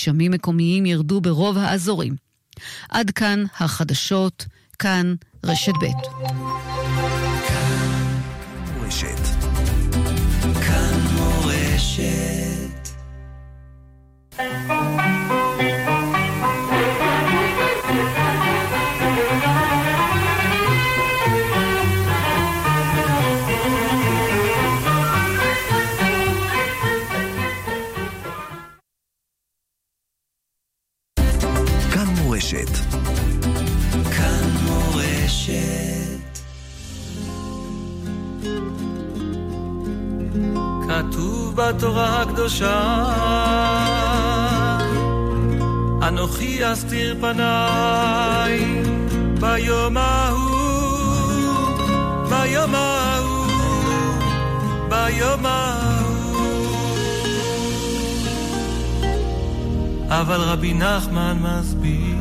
גשמים מקומיים ירדו ברוב האזורים. עד כאן החדשות, כאן רשת ב'. כאן מורשת. כאן מורשת. כאן מורשת. כאן מורשת. כתוב בתורה הקדושה, אנוכי אסתיר פניי ביום ההוא, ביום ההוא, ביום ההוא. אבל רבי נחמן מסביר,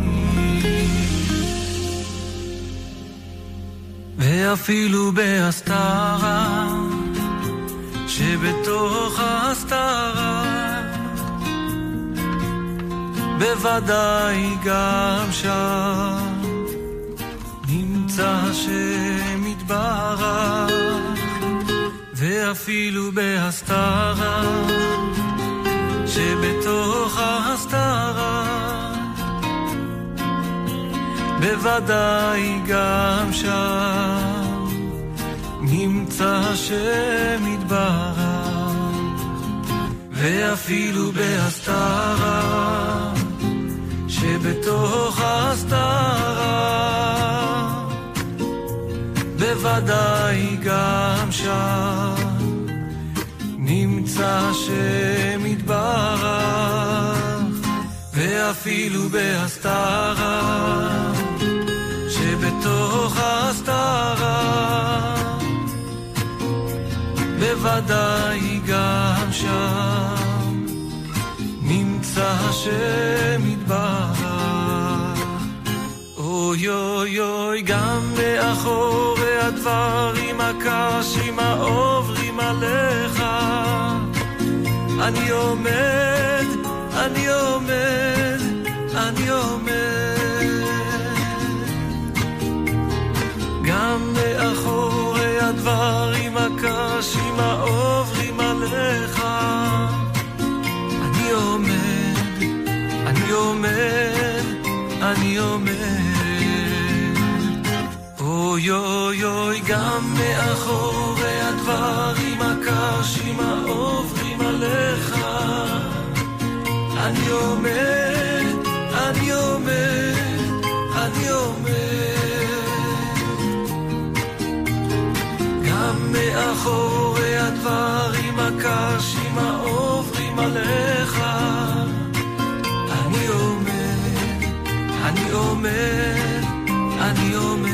ואפילו בהסתרה שבתוך ההסתרה, בוודאי גם שם נמצא השם יתברך. ואפילו בהסתרה שבתוך ההסתרה, בוודאי גם שם נמצא השם יתברך. ואפילו בהסתרה שבתוך ההסתרה, בוודאי גם שם נמצא השם יתברך. ואפילו בהסתרה שבתוך ההסתרה, בוודאי גם שם נמצא השם יתברך. אוי אוי אוי, גם מאחורי הדברים הקשים העוברים עליך, אני עומד, אני עומד, אני עומד. גם מאחורי הדברים הקשים העוברים עליך, אני עומד, אני עומד, אני עומד. אוי אוי אוי, גם מאחורי הדברים הקשים העוברים עליך, אני עומד, אני עומד, אני עומד. גם מאחורי הדברים הקשים העוברים עליך, אני עומד, אני עומד, אני עומד.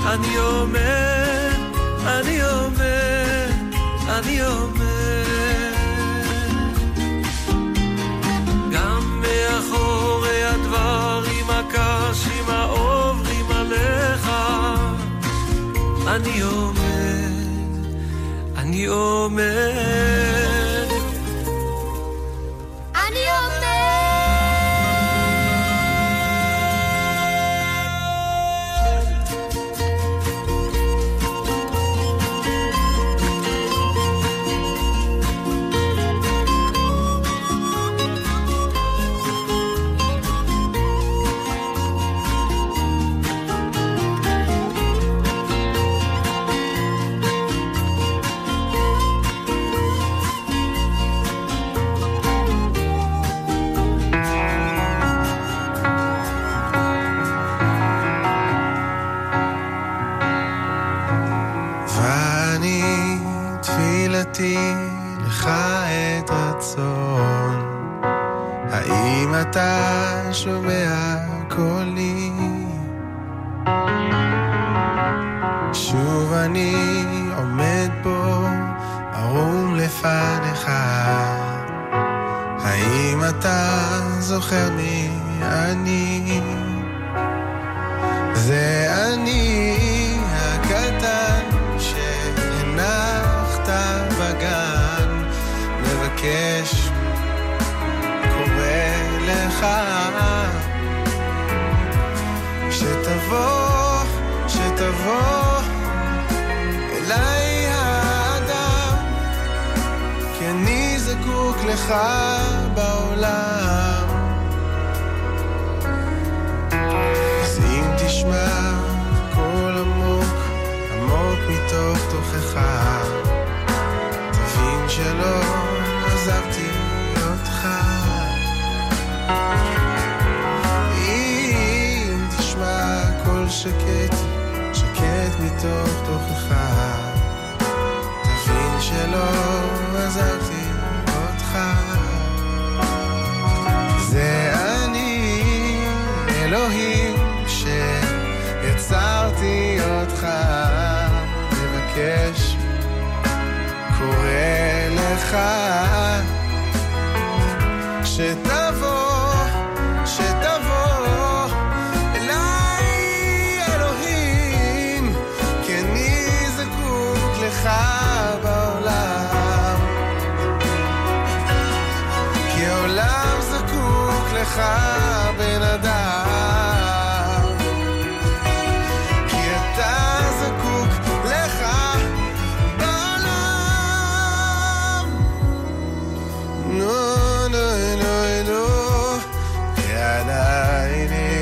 אני עומד, אני עומד, אני עומד. גם מאחורי הדברים הקשים העוברים עליך, אני עומד, אני עומד. לך את רצון, האם אתה שומע קולי? שוב אני עומד פה ערום לפניך, האם אתה זוכר מי אני? זה אני הקטן שהנחת בגן, מבקש, קורא לך שתבוא, שתבוא אליי האדם, כי אני זקוק לך בעולם. אז אם תשמע קול עמוק, עמוק מתוך תוכך, תבין שלא עזבתי אותך. אם תשמע קול שקט, שקט מתוך תוכך, תבין שלא עזבתי אותך. זה אני אלוהים שיצרתי אותך, מבקש, קורא לך שתבוא, שתבוא אליי אלוהים, כי אני זקוק לך בעולם, כי העולם זקוק לך בן אדם, כי אתה זקוק לך בעולם. No, no, no, no, ידייני.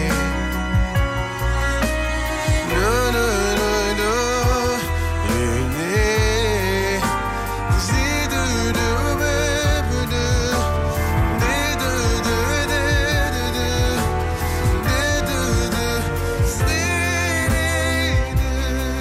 No, no, no, no, ידייני. זידו דו בבדו, דידו דו דידו דו, דידו דו, זידי דו.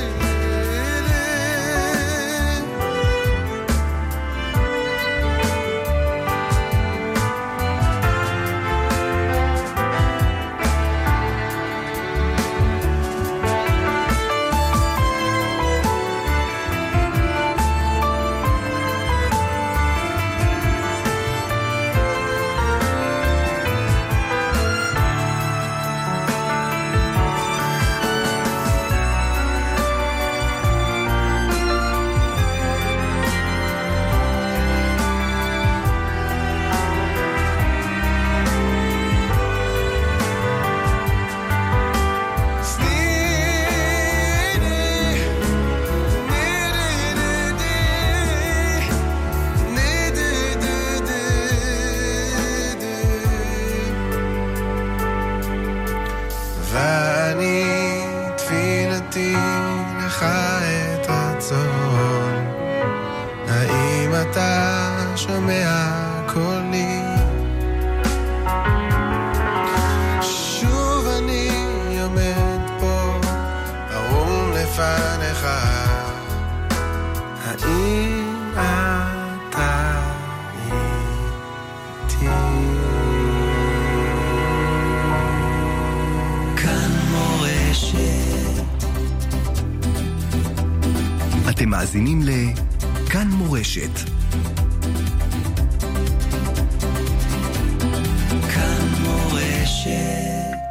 ואני תפילתי לך את רצון, האם אתה שומע קולי? שוב אני עומד פה ערום לפניך, האם אתה איתי? כאן מורשת. מאזינים לכאן מורשת. כאן מורשת.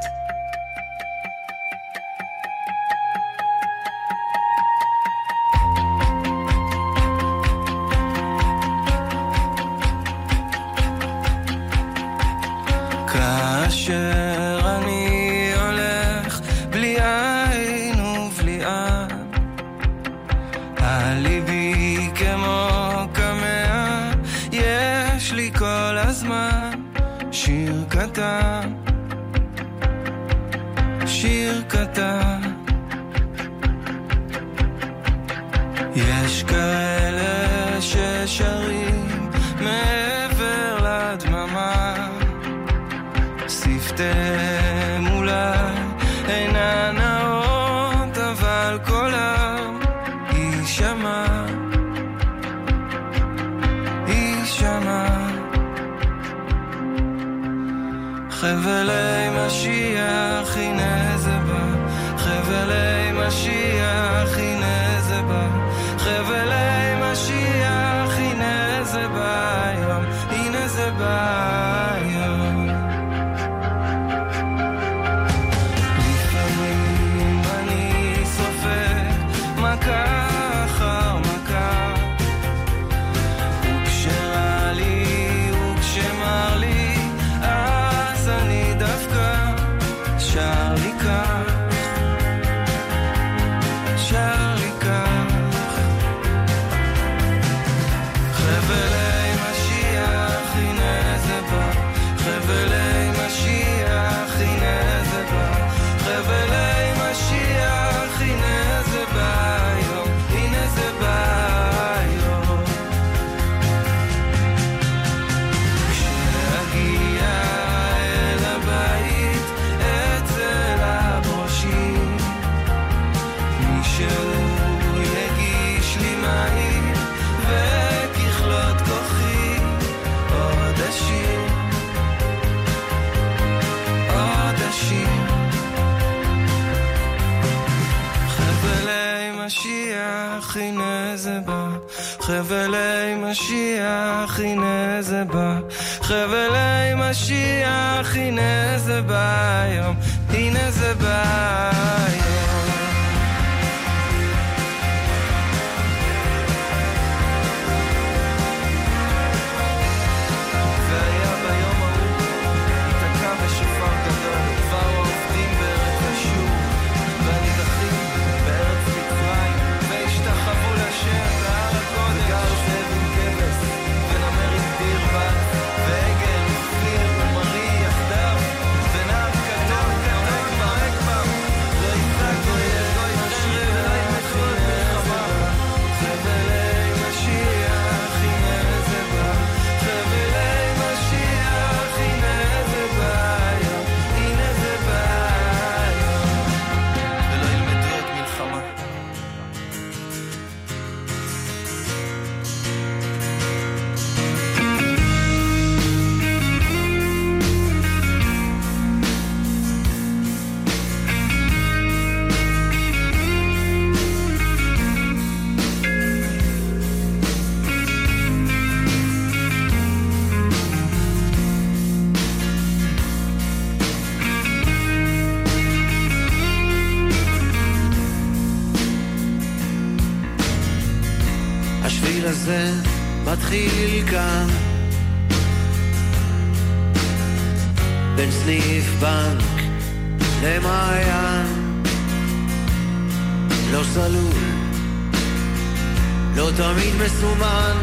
כאשר אני הולך בלי עין ובלי אב, הליבי כמו קמע, יש לי כל הזמן שיר קטן, שיר קטן. יש כאלה ששרים מעבר לדממה, שפתיהם אולי אינן נאות, אבל קולם יישמע, יישמע. חבלי משיח הנה זה בא, חבלי משיח הנה זה בא, חבלי משיח הנה זה בא יום, הנה זה בא יום. לפעמים אני סופג מכה אחר מכה, וכשרע לי וכשמר לי, אז אני דווקא שר לי כך, שר לי כך. חבלי משיח הנה זה בא, חבלי משיח הנה זה בא, חבלי משיח הנה זה בא יום, הנה זה בא יום. כשאגיע אל הבית אצל הברושים, מישהו יגיש לי מים וככלות כוחי עוד השיר, עוד השיר. חבלי משיח הנה זה בא, חבלי משיח הנה זה בא, חבלי משיח הנה זה בא יום, הנה זה בא יום. והיה ביום ההוא התקע בשופר גדול, ובאו העובדים בארץ אשור והנידחים בארץ מצרים, והשתחוו להשם בהר הקודש, וגר זאב עם כבש ונמר עם דיר בת, ועגל ופיר ומרי יחדיו, ונער קטן נוהג בם, לא יצעק לא יהיה לא יחרב ולא ימחו את מלחמה. חבלי משיח הנה זה בא, חבלי משיח הנה זה בא יום, הנה זה בא יום. ולא ילמדו את מלחמה. השביל הזה מתחיל כאן, בין סניף בנק למעיין, לא סלול, לא תמיד מסומן.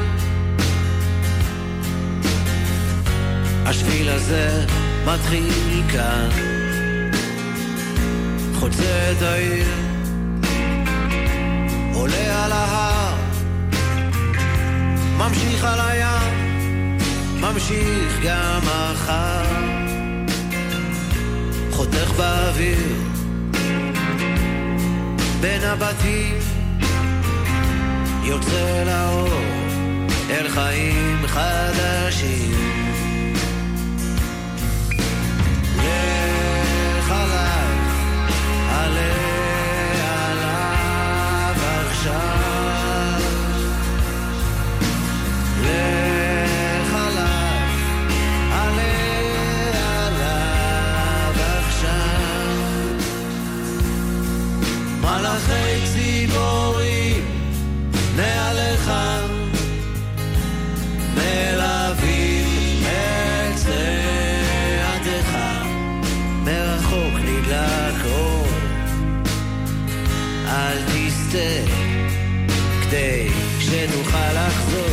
השביל הזה מתחיל כאן, חוצה את העיר, עולה על ההר, ממשיך על הים, ממשיך גם מחר, חותך באוויר בין הבתים, יוצא לאור אל חיים חדשים. לך עליי, עלה עליו עכשיו, שנוכל לחזור.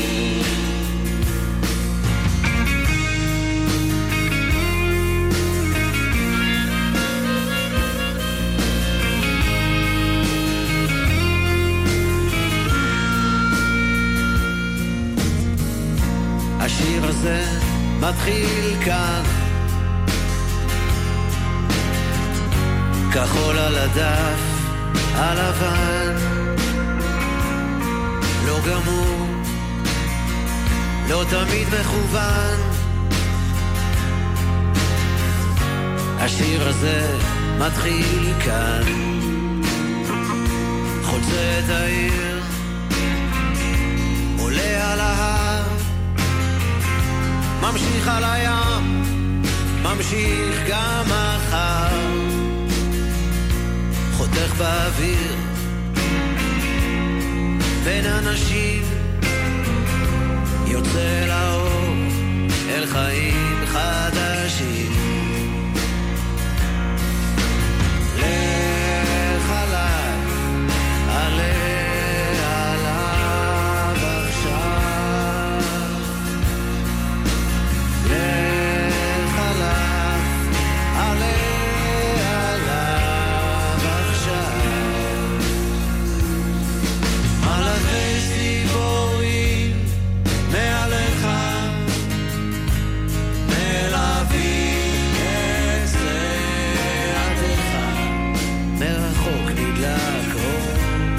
השיר הזה מתחיל כאן, כחול על הדף הלבן, לא גמור, לא תמיד מכוון. השיר הזה מתחיל כאן, חוצה את העיר, עולה על ההר, ממשיך על הים, ממשיך גם מחר, חותך באוויר בין אנשים, יוצא לאור אל חיים חדשים. לך עליי, עלה עליו עכשיו, לך עליו, עלה עליו עכשיו. מלאכי ציפורים מעליך מלווים את צעדיך, מרחוק נדלק אור,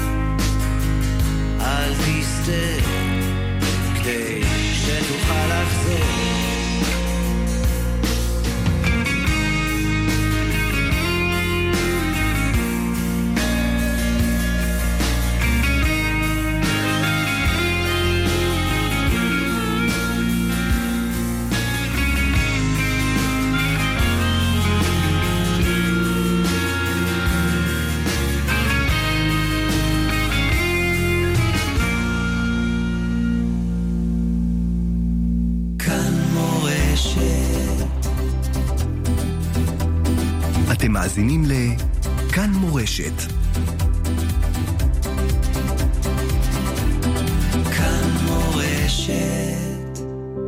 אל תסתה כדי שתוכל לחזור. אתם מאזינים לכאן מורשת. כאן מורשת.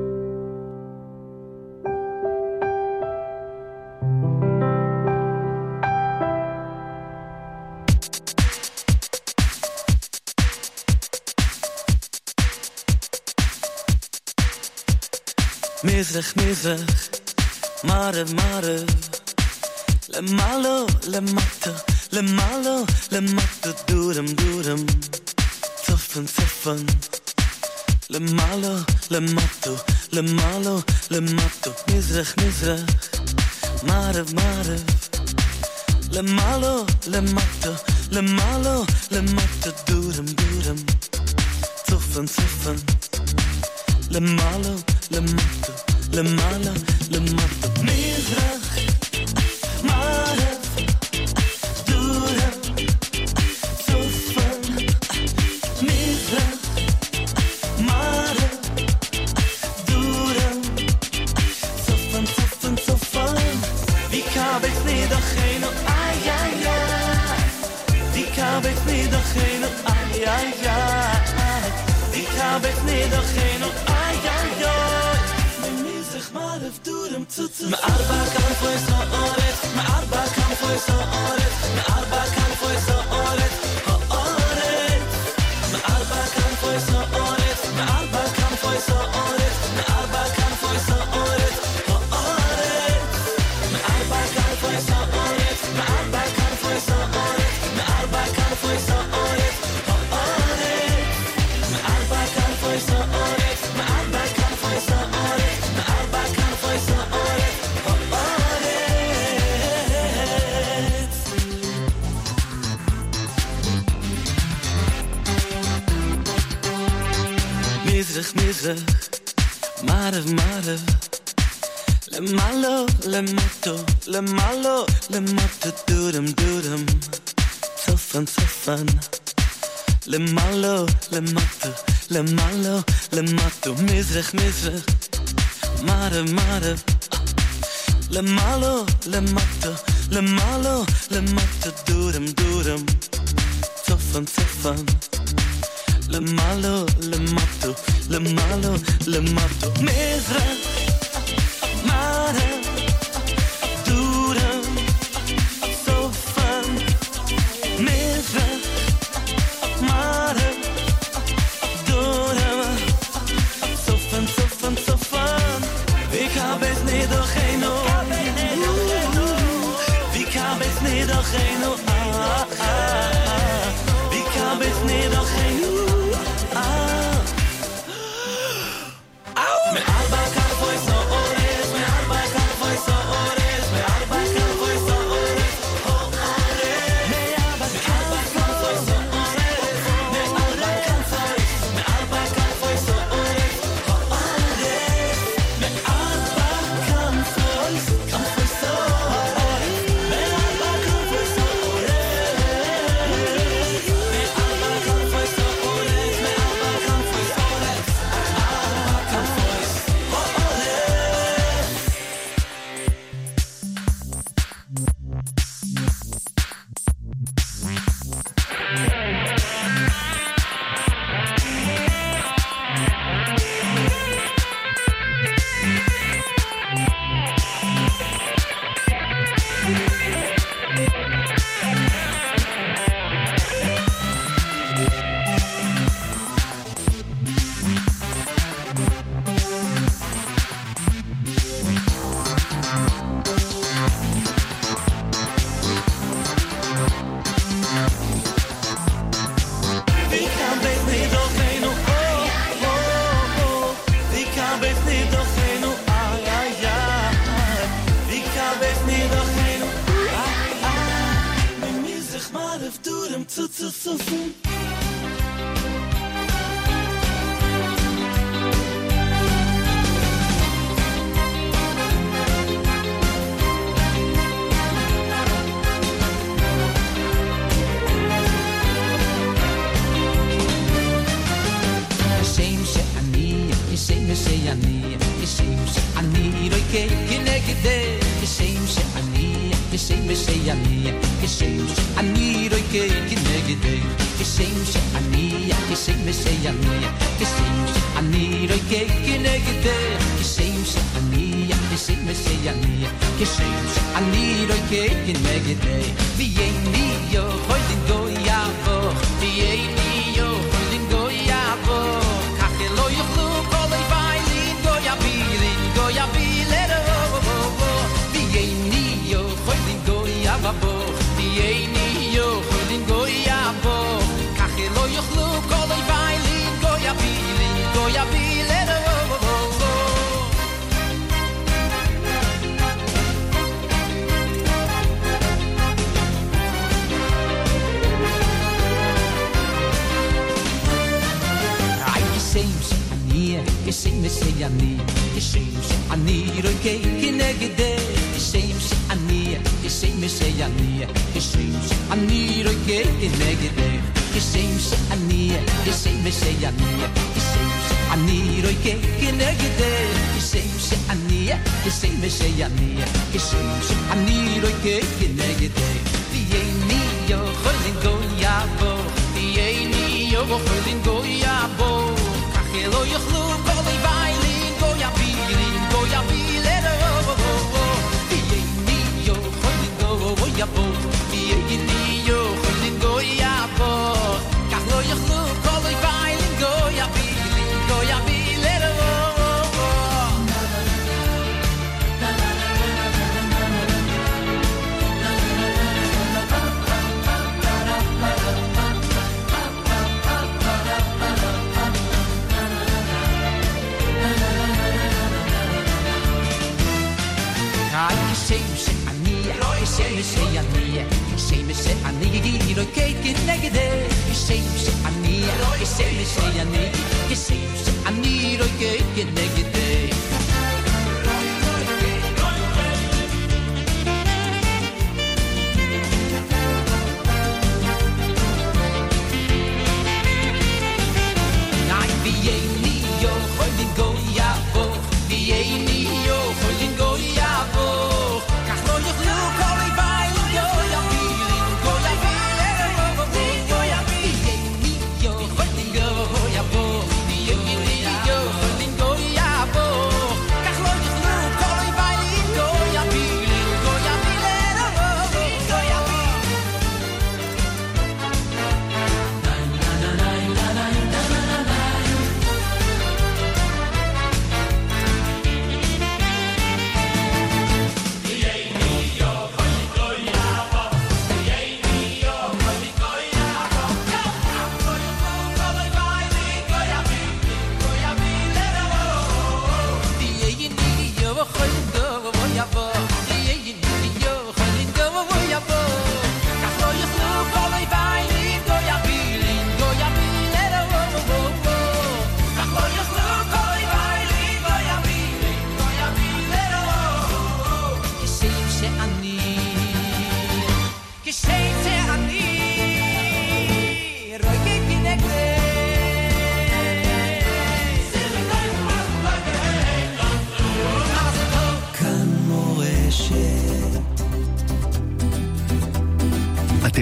מזרח מזרח, מערב מערב, למעלה למטה, למעלה למטה, דורם דורם, צפן צפן, למעלה למטה, למעלה למטה, מזרח מזרח, מערב מערב, למעלה למטה, למעלה למטה, דורם דורם, צפן צפן, למעלה למטה, למעלה למטה, מזרח מערב, דורם, צפון, מזרח, מערב, דורם, צפון, צפון, צפון. Die kabels niedergehen, ai, ai, ai. Die kabels niedergehen, ai, ai, ai. Die kabels niedergehen, ai, ai, ai. מזרח, מערב, דורם, צפון. מארבע כאן פויס האורץ, מארבע כאן פויס האורץ, מארבע כאן פויס האורץ, האורץ. מארבע כאן פויס האורץ, מארבע כאן פויס האורץ, מארבע כאן פויס האורץ, האורץ. מארבע כאן פויס האורץ, מארבע כאן פויס האורץ, מארבע כאן פויס האורץ, האורץ. מארבע כאן פויס האורץ, מארבע כאן פויס האורץ, מארבע כאן פויס האורץ, מזרח מזרח, מערב מערב, למעלה למטה, למעלה למטה, דורם דורם, צפן צפן, למעלה למטה, למעלה למטה, מזרח מזרח, מערב מערב, למעלה למטה, למעלה למטה, דורם דורם, צפן צפן, למעלה, למטו, למעלה, למטו, מזרח, מערב, דרום, צפון, מזרח, מערב, דרום, צפון, צפון, צפון, ויקבץ נידחנו, ויקבץ נידחנו, ויקבץ נידחנו.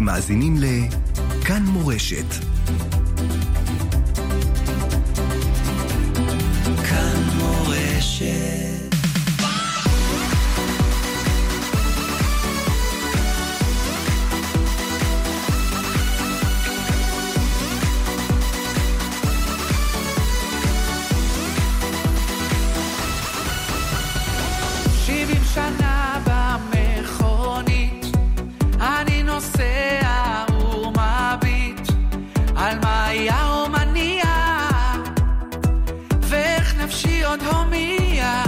מאזינים לכאן מורשת. כאן מורשת. שנה במכונית אני נוסע ומביט על מה היה ומניע ואיך נפשי עוד הומיע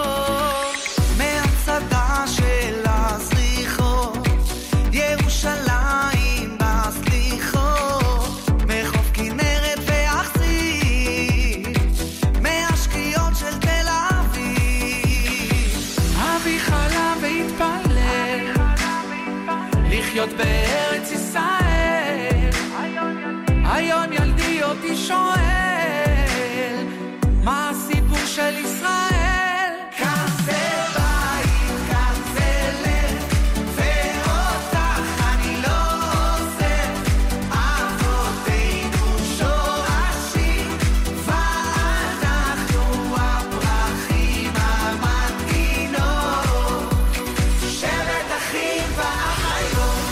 מהצדה של הסליחות ירושלים בסליחות מחוף כנרת ואכזיב מהשקיעות של תל אביב אבי חלם והתפלל לחיות בארץ ישראל היום ילדי אותי שואל מה הסיפור של ישראל כאן זה בית, כאן זה לב ואותך אני לא עוזב אבותינו שורשים ואנחנו הפרחים המנגינות שבט אחים ואחיות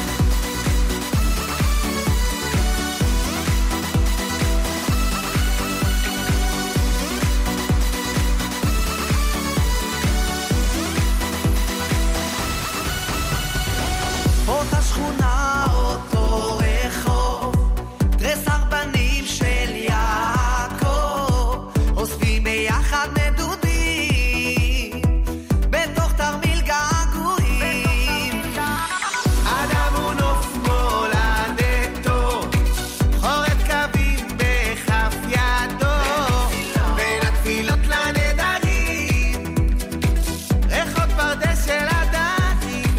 אותה שכונה, אותו רחוב, דרס ארבנים של יעקב, אוספים ביחד נדודים, בתוך תרמיל געגועים. אדם הוא נוף מולדתו, חורת קווים בכף ידו, בין התפילות לנדרים, ריחות פרדס של הדרים.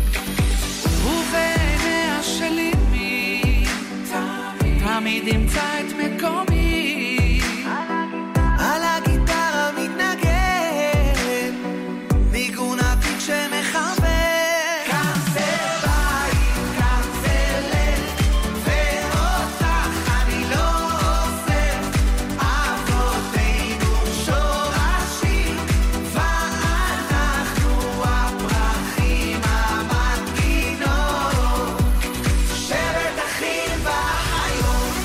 ובעיניה שלי מי תמיד ימצא את מקומי על הגיטרה מתנגן ניגון עתיק שמחבר כאן זה בית, כאן זה לב ואותך אני לא עוזב אבותינו שורשים ואנחנו הפרחים המנגינות שבט אחים ואחיות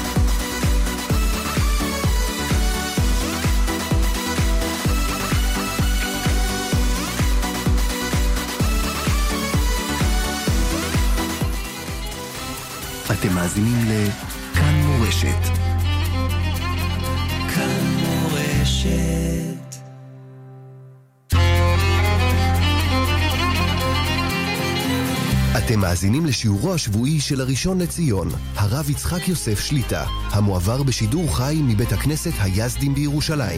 אתם מאזינים לכאן מורשת. כאן מורשת. אתם מאזינים לשיעורו השבועי של הראשון לציון, הרב יצחק יוסף שליטה, המועבר בשידור חי מבית הכנסת היזדים בירושלים.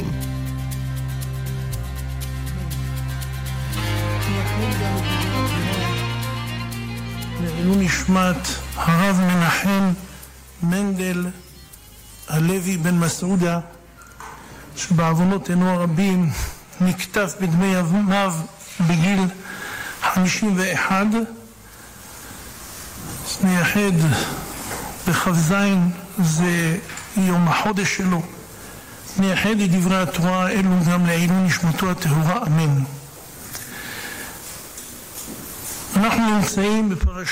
לעילוי נשמת הרב מנחם מנדל הלוי בן מסעודה, שבעוונותינו הרבים נקטף בדמי ימיו בגיל 51. אז נייחד בכ"ז, זה יום החודש שלו, נייחד את דברי התורה אלו גם לעילוי נשמתו הטהורה, אמן. אנחנו נמצאים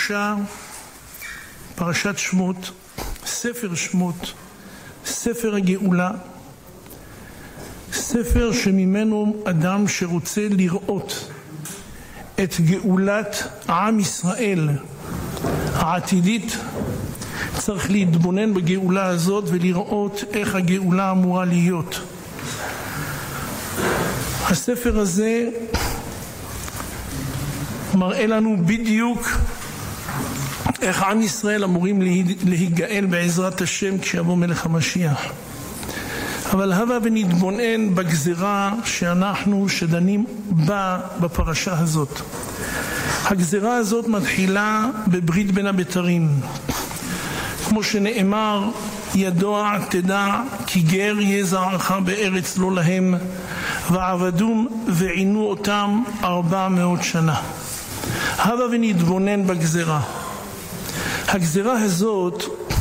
פרשת שמות, ספר שמות, ספר הגאולה, ספר שממנו אדם שרוצה לראות את גאולת עם ישראל העתידית צריך להתבונן בגאולה הזאת ולראות איך הגאולה אמורה להיות. הספר הזה מראה לנו בדיוק איך עם ישראל אמורים להיגאל בעזרת השם כשיבוא מלך המשיח. אבל הבה ונתבונן בגזרה שאנחנו שדנים בה בפרשה הזאת. הגזרה הזאת מתחילה בברית בין הבתרים. כמו שנאמר, ידוע תדע כי גר יהיה זרעך בארץ לא להם, ועבדום ועינו אותם 400 שנה. הבה ונתבונן בגזרה. הגזרה הזאת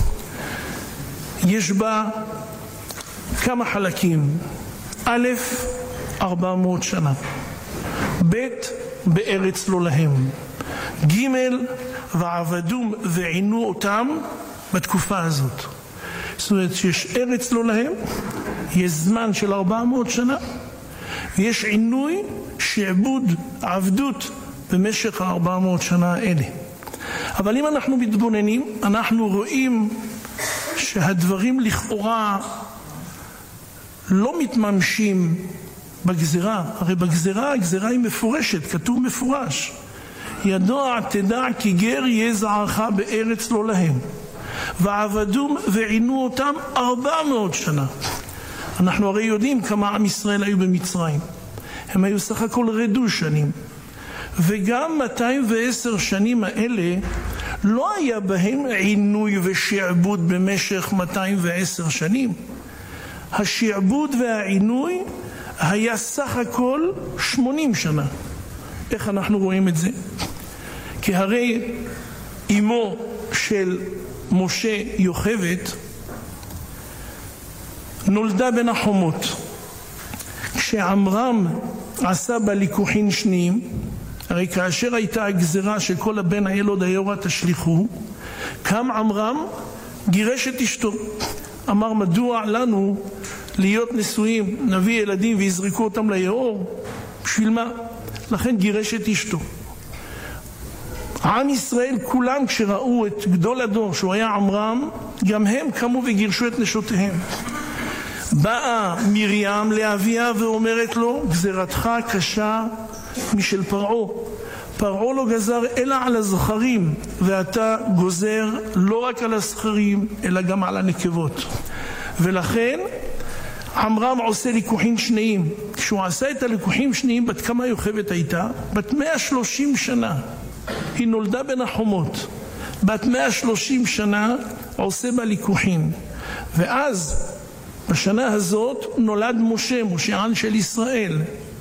יש בה כמה חלקים. א', 400 שנה. ב', בארץ לא להם. ג', ועבדום ועינו אותם בתקופה הזאת. זאת אומרת שיש ארץ לא להם, יש זמן של 400 שנה, ויש עינוי, שעבוד, עבדות במשך 400 שנה האלה. אבל אם אנחנו מתבוננים, אנחנו רואים שהדברים לכאורה לא מתממשים בגזרה. הרי בגזרה, הגזרה היא מפורשת, כתוב מפורש. ידוע תדע כי גר יהיה זרעך בארץ לא להם. ועבדום ועינו אותם 400 שנה. אנחנו הרי יודעים כמה עם ישראל היו במצרים. הם היו סך הכל רדו שנים. וגם 210 שנים האלה לא היה בהם עינוי ושעבוד במשך 210 שנים. השעבוד והעינוי היה סך הכל 80 שנה. איך אנחנו רואים את זה? כי הרי אמו של משה יוכבד נולדה בין החומות. כשעמרם עשה בה ליקוחין שניים, הרי כאשר הייתה הגזרה שכל הבן הילוד היורה תשליחו, קם עמרם, גירש את אשתו. אמר מדוע לנו להיות נשואים, נביא ילדים ויזרקו אותם ליאור? בשביל מה? לכן גירש את אשתו. עם ישראל כולם כשראו את גדול הדור שהוא היה עמרם, גם הם קמו וגירשו את נשותיהם. באה מרים לאביה ואומרת לו, גזרתך קשה משל פרעה. פרעה לא גזר אלא על הזכרים, ואתה גוזר לא רק על הזכרים אלא גם על הנקבות. ולכן עמרם עושה ליקוחים שניים. כשהוא עשה את הליקוחים שניים, בת כמה יוכבד הייתה? בת 130 שנה. היא נולדה בין החומות. בת 130 שנה עושה בה ליקוחים. ואז בשנה הזאת נולד משה, מושען של ישראל.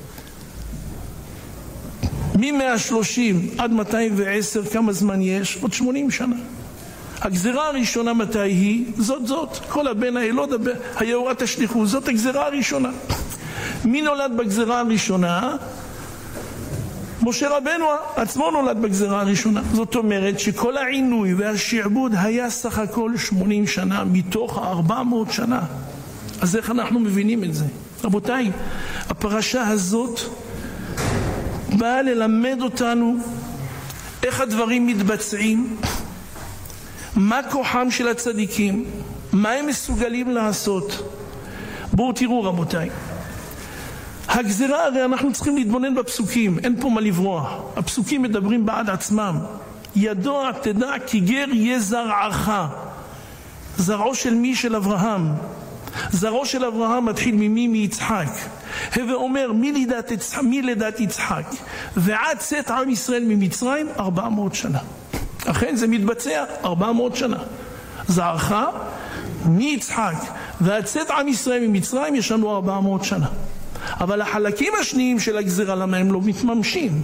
מ-130 עד 210 כמה זמן יש? עוד 80 שנה. הגזרה הראשונה מתי היא? זאת. כל הבן הילוד היאורה תשליחו. זאת הגזרה הראשונה. מי נולד בגזרה הראשונה? משה רבנו עצמו נולד בגזרה הראשונה. זאת אומרת שכל העינוי והשעבוד היה סך הכל 80 שנה מתוך 400 שנה. אז איך אנחנו מבינים את זה? רבותיי, הפרשה הזאת באה ללמד אותנו איך הדברים מתבצעים, מה כוחם של הצדיקים, מה הם מסוגלים לעשות. בואו תראו רבותיי, הגזרה, הרי אנחנו צריכים להתבונן בפסוקים, אין פה מה לברוח. הפסוקים מדברים בעד עצמם. ידוע תדע כי גר יהיה זרעך. זרעו של מי? של אברהם. זרעו של אברהם מתחיל ממי? מיצחק. ואומר מלידת יצחק ועד צאת עם ישראל ממצרים 400 שנה. אכן זה מתבצע 400 שנה. זרעך מיצחק ועד צאת עם ישראל ממצרים יש לנו 400 שנה. אבל החלקים השניים של הגזרה למה הם לא מתממשים?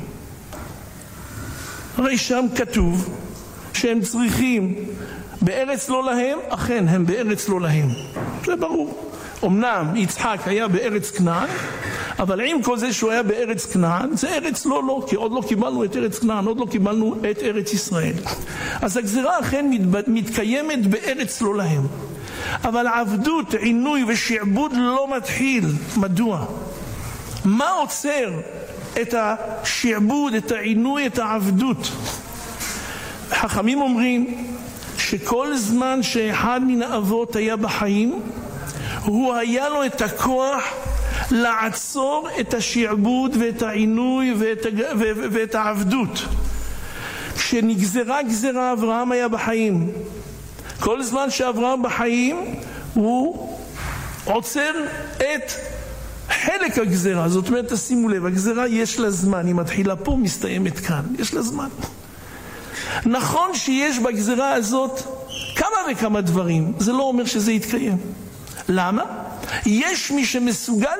הרי שם כתוב שהם צריכים בארץ לא להם, אכן הם בארץ לא להם, זה ברור. אמנם יצחק היה בארץ כנען, אבל עם כל זה שהוא היה בארץ כנען, זה ארץ לא, כי עוד לא קיבלנו את ארץ כנען, עוד לא קיבלנו את ארץ ישראל. אז הגזרה אכן מתקיימת בארץ לא להם. אבל עבדות, עינוי ושעבוד לא מתחיל. מדוע? מה עוצר את השעבוד, את העינוי, את העבדות? חכמים אומרים שכל זמן שאחד מן האבות היה בחיים, הוא היה לו את הכוח לעצור את השעבוד ואת העינוי ואת העבדות. כשנגזרה גזרה, אברהם היה בחיים. כל זמן שאברהם בחיים הוא עוצר את חלק הגזרה. זאת אומרת, תשימו לב, הגזרה יש לה זמן, היא מתחילה פה, מסתיימת כאן, יש לה זמן. נכון שיש בגזרה הזאת כמה וכמה דברים, זה לא אומר שזה יתקיים. למה? יש מי שמסוגל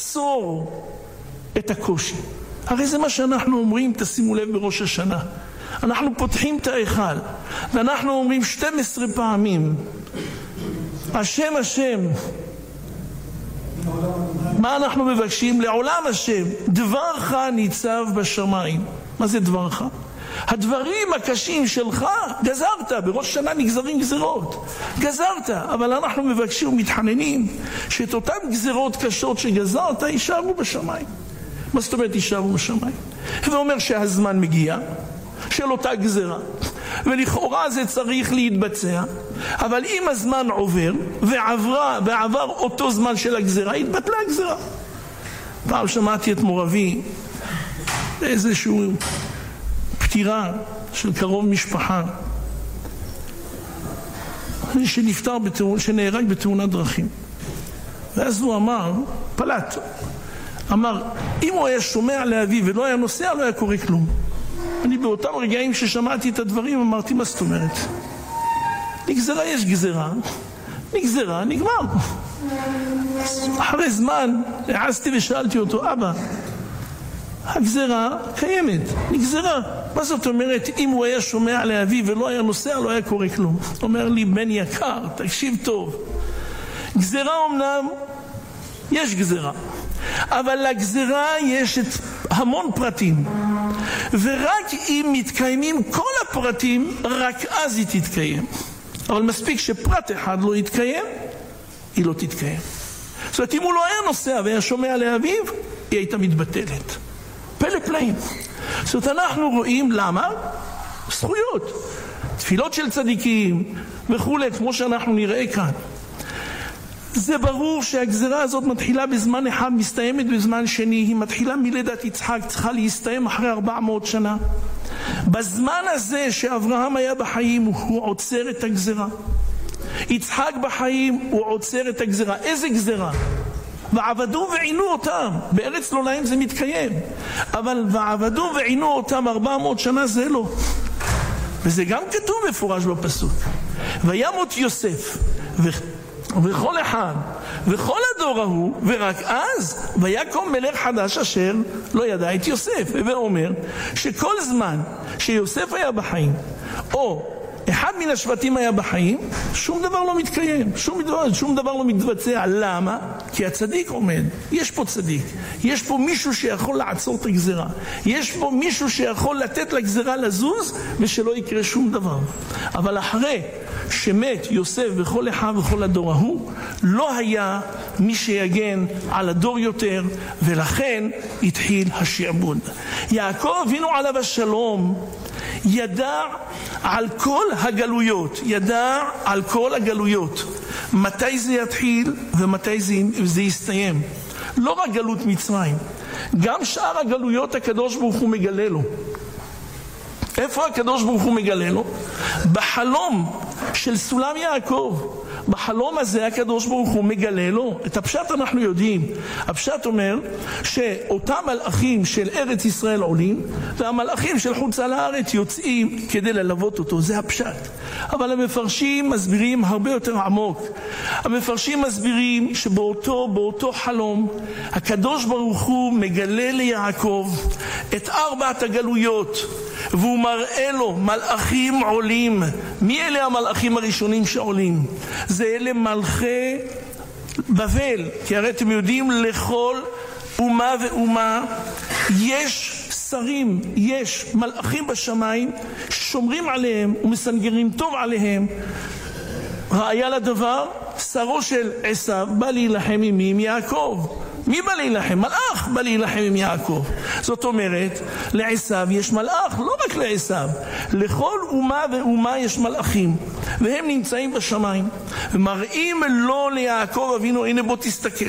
לעצור את הקושי. הרי זה מה שאנחנו אומרים, תשימו לב, בראש השנה. אנחנו פותחים את ההיכל, ואנחנו אומרים 12 פעמים, השם השם. מה אנחנו מבקשים? לעולם השם, דברך ניצב בשמיים. מה זה דברך? הדברים הקשים שלך גזרת, בראש שנה נגזרים גזרות, גזרת, אבל אנחנו מבקשים ומתחננים שאת אותם גזרות קשות שגזרת יישארו בשמיים. מה זאת אומרת יישארו בשמיים? ואומר שהזמן מגיע של אותה גזרה, ולכאורה זה צריך להתבצע, אבל אם הזמן עובר ועבר אותו זמן של הגזרה, התבטלה הגזרה. פעם שמעתי את מורבי באיזשהו פטירה של קרוב משפחה שנפטר שנהרג בתאונת דרכים, ואז הוא אמר, פלט, אמר, אם הוא היה שומע לאביו ולא היה נוסע, לא היה קורה כלום. אני באותם רגעים ששמעתי את הדברים אמרתי, מה זאת אומרת? נגזרה יש גזרה, נגזרה נגמר. אחרי זמן העזתי ושאלתי אותו, אבא, הגזרה קיימת, נגזרה. מה זאת אומרת, אם הוא היה שומע לאביו ולא היה נוסע, לא היה קורה כלום? אומר לי, בן יקר, תקשיב טוב, גזרה אמנם יש גזרה, אבל לגזרה יש את המון פרטים, ורק אם מתקיימים כל הפרטים, רק אז היא תתקיים. אבל מספיק שפרט אחד לא יתקיים, היא לא תתקיים. זאת אומרת, אם הוא לא היה נוסע והיה שומע לאביו, היא הייתה מתבטלת. פלא פלאים. זאת אומרת, אנחנו רואים למה? זכויות. תפילות של צדיקים וכו', כמו שאנחנו נראה כאן. זה ברור שהגזרה הזאת מתחילה בזמן אחד, מסתיימת בזמן שני. היא מתחילה מלידת יצחק, צריכה להסתיים אחרי 400 שנה. בזמן הזה שאברהם היה בחיים, הוא עוצר את הגזרה. יצחק בחיים, הוא עוצר את הגזרה. איזה גזרה? ועבדו ועינו אותם. בארץ לא להם זה מתקיים, אבל ועבדו ועינו אותם 400 שנה זה לא. וזה גם כתוב מפורש בפסוק. וימות יוסף וכל אחד וכל הדור ההוא, ורק אז ויקום מלך חדש אשר לא ידע את יוסף. ואומר שכל זמן שיוסף היה בחיים, או אחד מן השבטים היה בחיים, שום דבר לא מתקיים, שום דבר לא מתבצע. למה? כי הצדיק עומד. יש פה צדיק, יש פה מישהו שיכול לעצור את הגזרה, יש פה מישהו שיכול לתת לגזרה לזוז ושלא יקרה שום דבר. אבל אחרי שמת יוסף וכל אחד וכל הדור ההוא, לא היה מי שיגן על הדור יותר, ולכן התחיל השעבוד. יעקב אבינו עליו השלום ידע על כל הגלויות, ידע על כל הגלויות, מתי זה יתחיל ומתי זה יסתיים. לא רק גלות מצרים, גם שאר הגלויות הקדוש ברוך הוא מגלה לו. איפה הקדוש ברוך הוא מגלה לו? בחלום של סולם יעקב. בחלום הזה הקדוש ברוך הוא מגלה לו. את הפשט אנחנו יודעים. הפשט אומר שאותם מלאכים של ארץ ישראל עולים, והמלאכים של חוץ לארץ יוצאים כדי ללוות אותו. זה הפשט. אבל המפרשים מסבירים הרבה יותר עמוק. המפרשים מסבירים שבאותו חלום הקדוש ברוך הוא מגלה ליעקב את 4 הגלויות, והוא מראה לו מלאכים עולים. מי אלה המלאכים הראשונים שעולים? זה אלה מלכי בבל. כי הרי אתם יודעים, לכל אומה ואומה יש שרים, יש מלאכים בשמיים ששומרים עליהם ומסנגרים טוב עליהם. ראיה לדבר, שרו של עשיו בא להילחם עם יעקב. מי בא להילחם? מלאך בא להילחם עם יעקב. זאת אומרת, לעשיו יש מלאך, לא רק לעשיו. לכל אומה ואומה יש מלאכים, והם נמצאים בשמיים. ומראים לו ליעקב אבינו, הנה בוא תסתכל.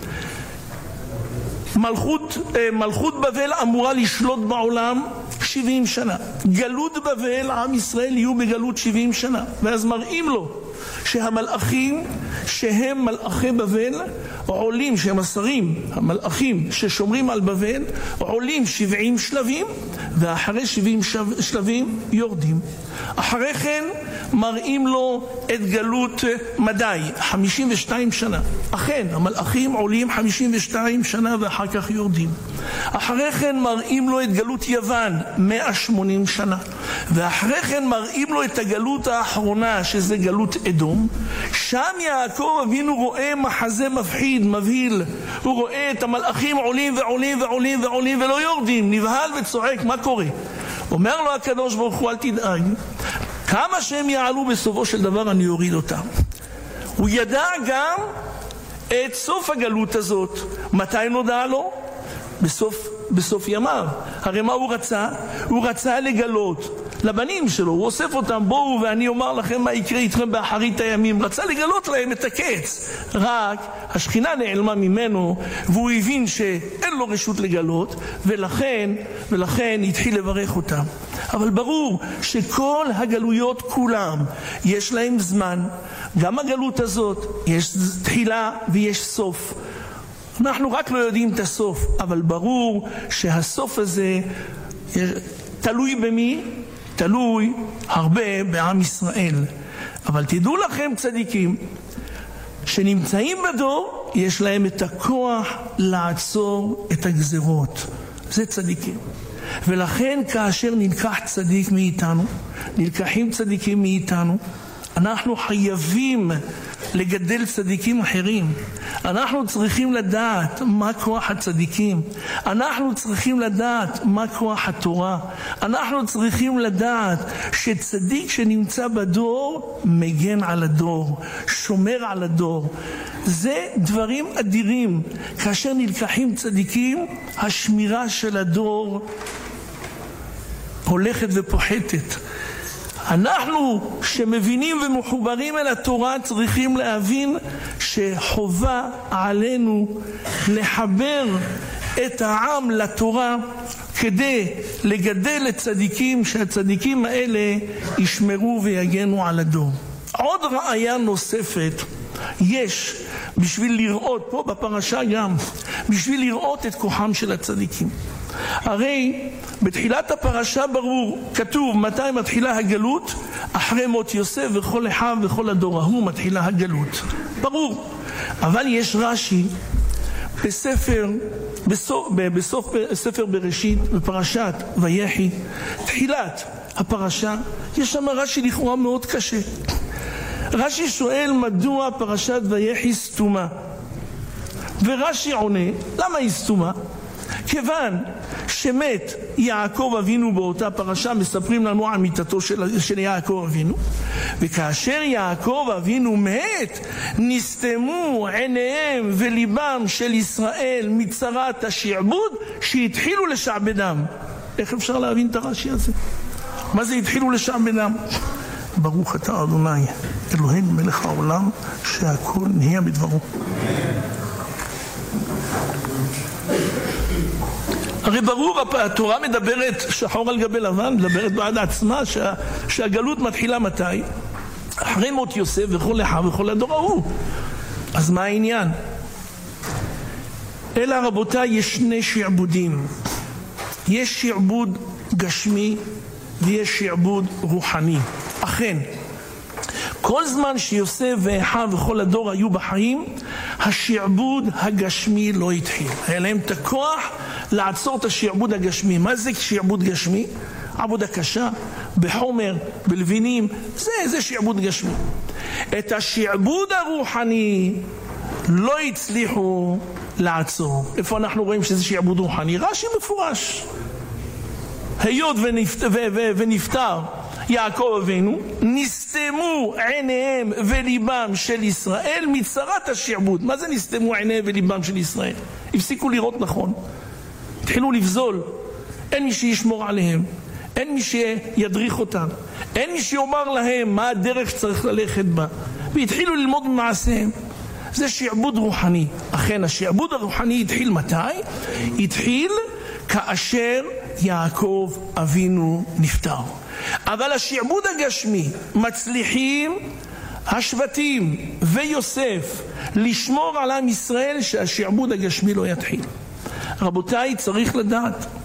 מלכות בבל אמורה לשלוט בעולם 70 שנה. גלות בבל, עם ישראל יהיו בגלות 70 שנה. ואז מראים לו שהמלאכים שהם מלאכי בבל עולים, שהם השרים, המלאכים ששומרים על בבל, עולים 70 שלבים, ואחרי 70 שלבים יורדים. אחרי כן מראים לו את גלות מדי, 52 שנה. אכן, המלאכים עולים 52 שנה ואחר כך יורדים. אחרי כן מראים לו את גלות יוון 180 שנה, ואחרי כן מראים לו את הגלות האחרונה שזה גלות אדום. שם יעקב אבינו רואה מחזה מפחיד, מבהיל. הוא רואה את המלאכים עולים ועולים ועולים ועולים ולא יורדים, נבהל וצועק, מה קורה? אומר לו הקדוש ברוך הוא, אל תדאג, כמה שהם יעלו בסופו של דבר אני אוריד אותם. הוא ידע גם את סוף הגלות הזאת. מתי נודע לו? בסוף ימיו. הרי מה הוא רצה? הוא רצה לגלות לבנים שלו, הוא אוסף אותם, בואו ואני אומר לכם מה יקרה איתכם באחרית הימים. רצה לגלות להם את הקץ, רק השכינה נעלמה ממנו והוא הבין שאין לו רשות לגלות, ולכן התחיל לברך אותם. אבל ברור שכל הגלויות כולם יש להם זמן. גם הגלות הזאת יש תחילה ויש סוף. אנחנו רק לא יודעים את הסוף, אבל ברור שהסוף הזה תלוי במי? תלוי הרבה בעם ישראל. אבל תדעו לכם, צדיקים שנמצאים בדור, יש להם את הכוח לעצור את הגזרות. זה צדיקים. ולכן כאשר נלקח צדיק מאיתנו, נלקחים צדיקים מאיתנו, אנחנו חייבים לגדל צדיקים אחרים. אנחנו צריכים לדעת מה כוח הצדיקים. אנחנו צריכים לדעת מה כוח התורה. אנחנו צריכים לדעת שצדיק שנמצא בדור מגן על הדור, שומר על הדור. זה דברים אדירים. כאשר נלקחים צדיקים, השמירה של הדור הולכת ופוחתת. אנחנו שמבינים ומחוברים אל התורה צריכים להבין שחובה עלינו לחבר את העם לתורה כדי לגדל את צדיקים, שהצדיקים האלה ישמרו ויגנו על הדור. עוד ראיה נוספת יש בשביל לראות, פה בפרשה גם, בשביל לראות את כוחם של הצדיקים. הרי בתחילת הפרשה ברור, כתוב מתי מתחילה הגלות, אחרי מות יוסף וכל אחיו וכל הדור ההוא מתחילה הגלות, ברור. אבל יש רש"י בסוף ספר בראשית, בפרשת ויחי, תחילת הפרשה, יש שם רש"י לכאורה מאוד קשה. רש"י שואל מדוע פרשת ויחי סתומה, ורש"י עונה למה היא סתומה? כיוון שמת יעקב אבינו באותה פרשה, מספרים לנו על מיתתו של יעקב אבינו, וכאשר יעקב אבינו מת נסתמו עיניהם וליבם של ישראל מצרת השעבוד שהתחילו לשעבדם. איך אפשר להבין את הרש"י הזה? מה זה התחילו לשעבדם? ברוך אתה אדוני אלוהינו מלך העולם שהכל נהיה בדברו. הרי ברור, התורה מדברת שחור על גבי לבן, מדברת בעד עצמה שהגלות מתחילה מתי? אחרי מות יוסף וכל אחיו וכל הדור ההוא. אז מה העניין? אלא רבותיי, יש שני שעבודים. יש שעבוד גשמי ויש שעבוד רוחני. אכן, כל זמן שיוסף ואחיו וכל הדור היו בחיים, השעבוד הגשמי לא התחיל. היה להם את הכוח לעצור את השעבוד הגשמי. מה זה שעבוד גשמי? עבודה קשה, בחומר, בלבינים, זה שעבוד גשמי. את השעבוד הרוחני לא הצליחו לעצור. איפה אנחנו רואים שזה שעבוד רוחני? רש"י מפורש. היות ונפטר יעקב אבינו, נסתמו עיניהם וליבם של ישראל מצרת השעבוד. מה זה נסתמו עיניהם וליבם של ישראל? הפסיקו לראות נכון, התחילו לבזול. אין מי שישמור עליהם, אין מי שידריך אותם, אין מי שיאמר להם מה הדרך שצריך ללכת בה, והתחילו ללמוד ממעשיהם. זה שעבוד רוחני. אכן השעבוד הרוחני התחיל מתי? התחיל כאשר יעקב אבינו נפטר. אבל השעבוד הגשמי מצליחים השבטים ויוסף לשמור על עם ישראל שהשעבוד הגשמי לא יתחיל. רבותיי, צריך לדעת,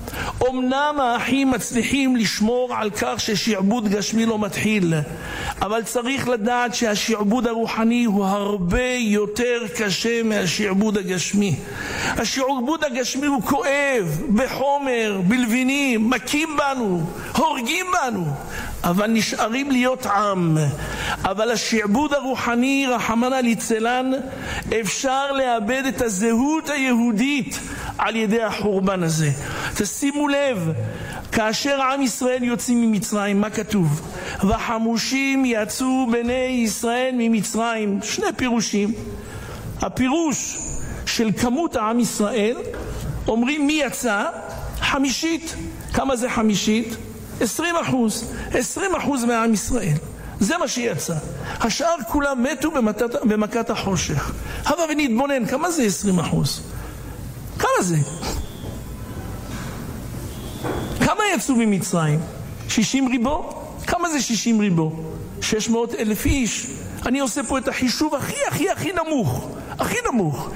אמנם האחים מצליחים לשמור על כך ששעבוד גשמי לא מתחיל, אבל צריך לדעת שהשעבוד הרוחני הוא הרבה יותר קשה מהשעבוד הגשמי. השעבוד הגשמי הוא כואב, בחומר, בלבינים, מכים בנו, הורגים בנו, אבל נשארים להיות עם. אבל השעבוד הרוחני, רחמנא ליצלן, אפשר לאבד את הזהות היהודית על ידי החורבן הזה. תשימו לב, כאשר עם ישראל יוצאים ממצרים, מה כתוב? וחמושים יצאו בני ישראל ממצרים. שני פירושים. הפירוש של כמות העם ישראל, אומרים מי יצא? 50. כמה זה 50? 20%. 20% מהעם ישראל. זה מה שיצא. השאר כולם מתו במכת החושך. הבה ונתבונן, כמה זה 20%? כמה זה? כמה יצאו ממצרים? 60 ריבו? כמה זה 60 ריבו? 600,000 איש. אני עושה פה את החישוב הכי נמוך. הכי נמוך.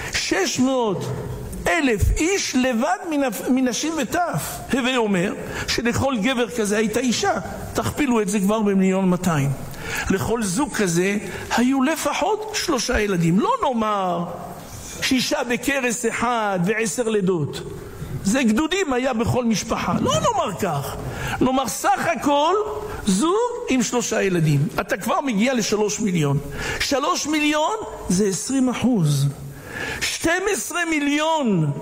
600,000 איש לבד מנשים וטף. הווה אומר שלכל גבר כזה הייתה אישה. תכפילו את זה כבר ב1,200,000. לכל זוג כזה היו לפחות 3 ילדים. לא נאמר 6 בקרס אחד ו10 לידות. זה גדודים היה בכל משפחה. לא נאמר כך. נאמר סך הכל זוג עם 3 ילדים. אתה כבר מגיע ל3 מיליון. 3 מיליון זה 20%. 12 מיליון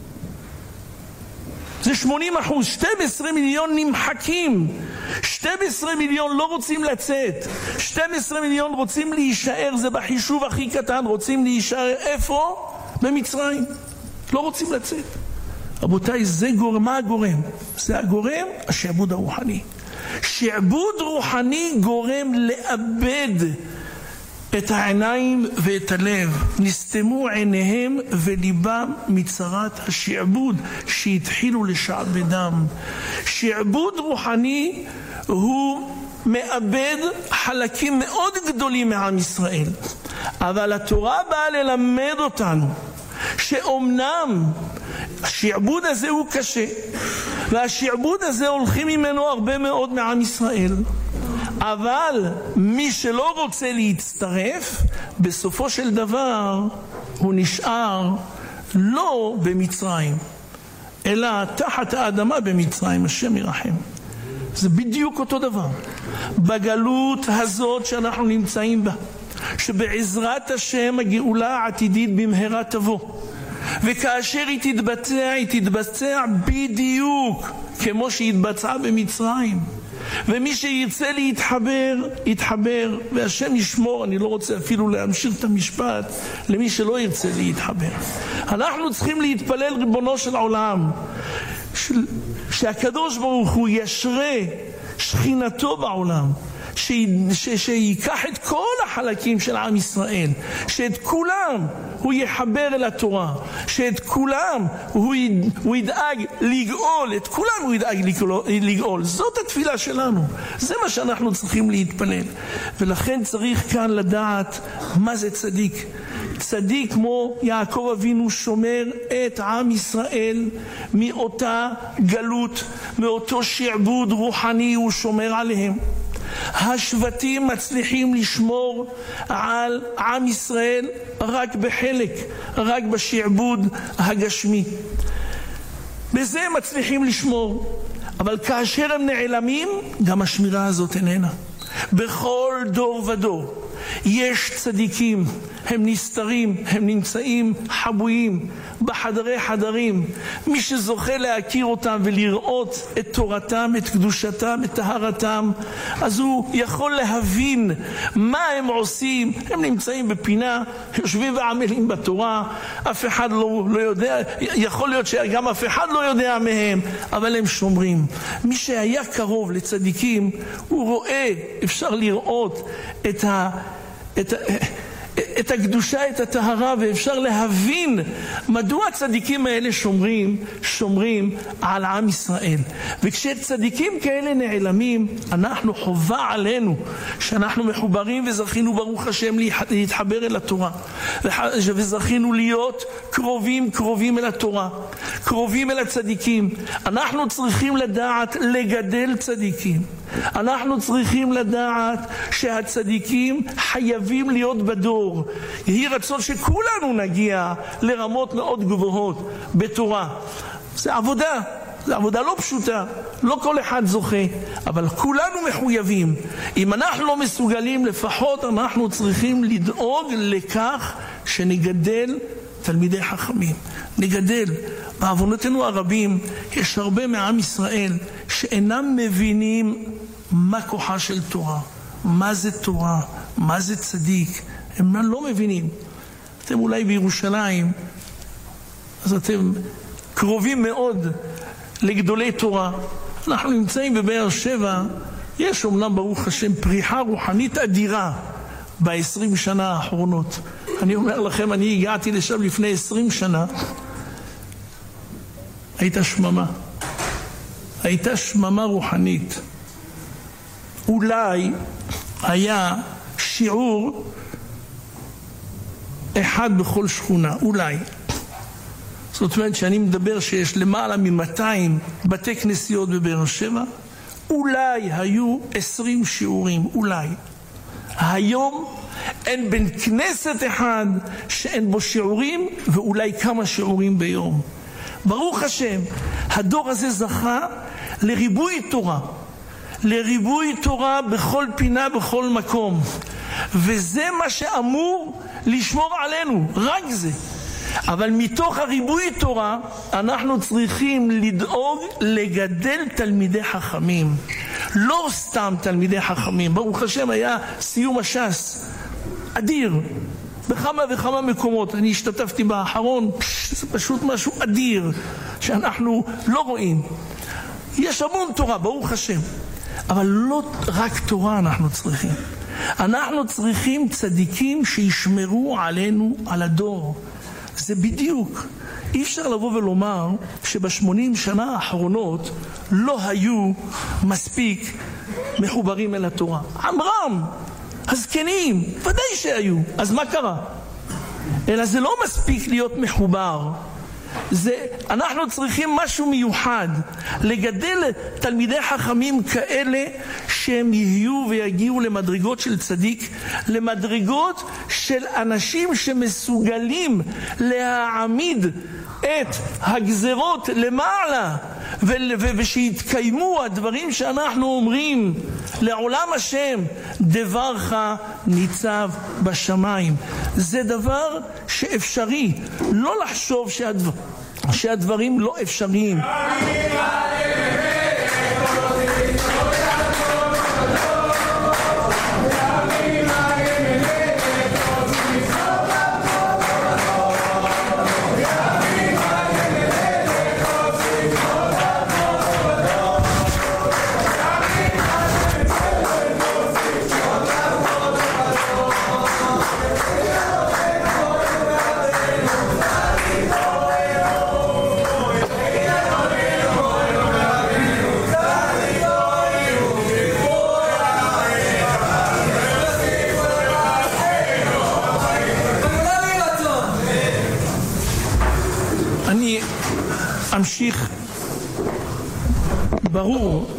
זה 80%. 12 מיליון נמחקים. 12 מיליון לא רוצים לצאת. 12 מיליון רוצים להישאר. זה בחישוב הכי קטן. רוצים להישאר איפה? במצרים. לא רוצים לצאת. רבותיי, זה גורם. מה הגורם? זה הגורם, השעבוד הרוחני. שעבוד רוחני גורם לאבד את העיניים ואת הלב. נסתמו עיניהם וליבם מצרת השעבוד שהתחילו לשעבדם. שעבוד רוחני הוא מאבד חלקים מאוד גדולים מעם ישראל. אבל התורה באה ללמד אותנו שאומנם השעבוד הזה הוא קשה, והשעבוד הזה הולכים ממנו הרבה מאוד מעם ישראל, אבל מי שלא רוצה להצטרף, בסופו של דבר הוא נשאר לא במצרים, אלא תחת האדמה במצרים. השם ירחם. זה בדיוק אותו דבר. בגלות הזאת שאנחנו נמצאים בה, שבעזרת השם הגאולה העתידית במהרה תבוא, וכאשר היא תתבצע בדיוק כמו שהתבצעה במצרים. ומי שירצה יתחבר, והשם ישמור. אני לא רוצה אפילו להמשיך את המשפט למי שלא ירצה להתחבר. אנחנו צריכים להתפלל ריבונו של העולם, שהקדוש ברוך הוא ישרה שכינתו בעולם, שיקח את כל החלקים של עם ישראל, שאת כולם הוא יחבר אל התורה, שאת כולם הוא ידאג לגאול, את כולם הוא ידאג לגאול. זאת התפילה שלנו, זה מה שאנחנו צריכים להתפלל. ולכן צריך כאן לדעת מה זה צדיק. צדיק כמו יעקב אבינו שומר את עם ישראל מאותה גלות, מאותו שעבוד רוחני, הוא שומר עליהם. השבטים מצליחים לשמור על עם ישראל רק בחלק, רק בשעבוד הגשמי. בזה הם מצליחים לשמור, אבל כאשר הם נעלמים, גם השמירה הזאת איננה. בכל דור ודור יש צדיקים, הם נסתרים, הם נמצאים חבויים בחדרי חדרים. מי שזוכה להכיר אותם ולראות את תורתם, את קדושתם, את טהרתם, אז הוא יכול להבין מה הם עושים. הם נמצאים בפינה, יושבים ועמלים בתורה, אף אחד לא יודע, יכול להיות שגם אף אחד לא יודע מהם, אבל הם שומרים. מי שהיה קרוב לצדיקים, הוא רואה, אפשר לראות את הקדושה, את הטהרה, ואפשר להבין מדוע הצדיקים האלה שומרים על עם ישראל. וכשצדיקים כאלה נעלמים, אנחנו חובה עלינו שאנחנו מחוברים וזכינו ברוך השם להתחבר אל התורה, וזכינו להיות קרובים אל התורה, קרובים אל הצדיקים. אנחנו צריכים לדעת לגדל צדיקים. אנחנו צריכים לדעת שהצדיקים חייבים להיות בדור. יהי רצון שכולנו נגיע לרמות מאוד גבוהות בתורה. זה עבודה לא פשוטה, לא כל אחד זוכה, אבל כולנו מחויבים. אם אנחנו לא מסוגלים, לפחות אנחנו צריכים לדאוג לכך שנגדל תלמידי חכמים. נגדל. בעוונותינו הרבים יש הרבה מעם ישראל שאינם מבינים מה כוחה של תורה, מה זה תורה, מה זה צדיק. הם לא מבינים. אתם אולי בירושלים, אז אתם קרובים מאוד לגדולי תורה. אנחנו נמצאים בבאר שבע, יש אומנם ברוך השם פריחה רוחנית אדירה ב-20 שנה האחרונות. אני אומר לכם, אני הגעתי לשם לפני 20 שנה, הייתה שממה רוחנית. אולי היה שיעור אחד בכל שכונה, אולי. זאת אומרת שאני מדבר שיש למעלה מ-200 בתי כנסיות בבאר שבע, אולי היו 20 שיעורים, אולי. היום אין בין כנסת אחד שאין בו שיעורים, ואולי כמה שיעורים ביום. ברוך השם, הדור הזה זכה לריבוי תורה בכל פינה, בכל מקום. וזה מה שאמור לשמור עלינו, רק זה. אבל מתוך הריבוי תורה אנחנו צריכים לדאוג לגדל תלמידי חכמים. לא סתם תלמידי חכמים. ברוך השם היה סיום הש"ס אדיר בכמה וכמה מקומות. אני השתתפתי באחרון, זה פשוט משהו אדיר שאנחנו לא רואים. יש המון תורה, ברוך השם, אבל לא רק תורה אנחנו צריכים. אנחנו צריכים צדיקים שישמרו עלינו, על הדור. זה בדיוק. אי אפשר לבוא ולומר שב80 שנה האחרונות לא היו מספיק מחוברים אל התורה. עמרם, הזקנים, ודאי שהיו. אז מה קרה? אלא זה לא מספיק להיות מחובר. אנחנו צריכים משהו מיוחד, לגדל תלמידי חכמים כאלה שהם יהיו ויגיעו למדרגות של צדיק, למדרגות של אנשים שמסוגלים להעמיד את הגזרות למעלה, ושיתקיימו הדברים שאנחנו אומרים לעולם השם, דברך ניצב בשמיים. זה דבר שאפשרי, לא לחשוב שהדברים לא אפשריים. אמשיך. ברור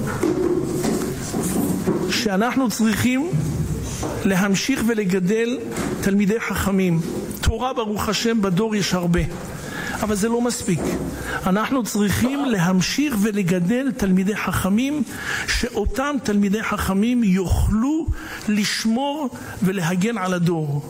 שאנחנו צריכים להמשיך ולגדל תלמידי חכמים. תורה ברוך השם בדור יש הרבה, אבל זה לא מספיק. אנחנו צריכים להמשיך ולגדל תלמידי חכמים, שאותם תלמידי חכמים יוכלו לשמור ולהגן על הדור.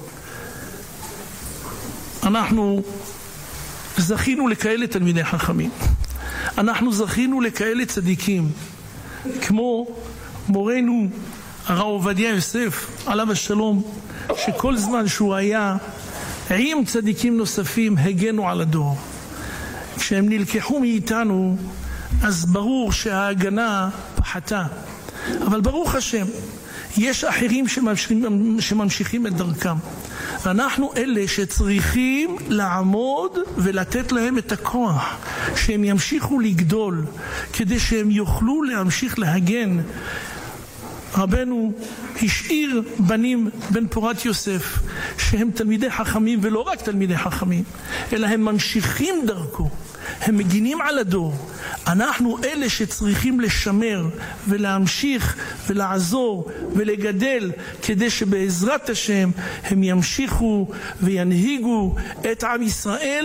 אנחנו זכינו לכאלה תלמידי חכמים, אנחנו זכינו לכאלה צדיקים, כמו מורנו הרב עובדיה יוסף עליו השלום, שכל זמן שהוא היה עם צדיקים נוספים הגנו על הדור. כשהם נלקחו מאיתנו, אז ברור שההגנה פחתה, אבל ברוך השם יש אחרים שממשיכים את דרכם. אנחנו אלה שצריכים לעמוד ולתת להם את הכוח, שהם ימשיכו לגדול, כדי שהם יוכלו להמשיך להגן. רבנו השאיר בנים בן פורת יוסף, שהם תלמידי חכמים, ולא רק תלמידי חכמים, אלא הם ממשיכים דרכו, הם מגינים על הדור. אנחנו אלה שצריכים לשמר ולהמשיך ולעזור ולגדל, כדי שבעזרת השם הם ימשיכו וינהיגו את עם ישראל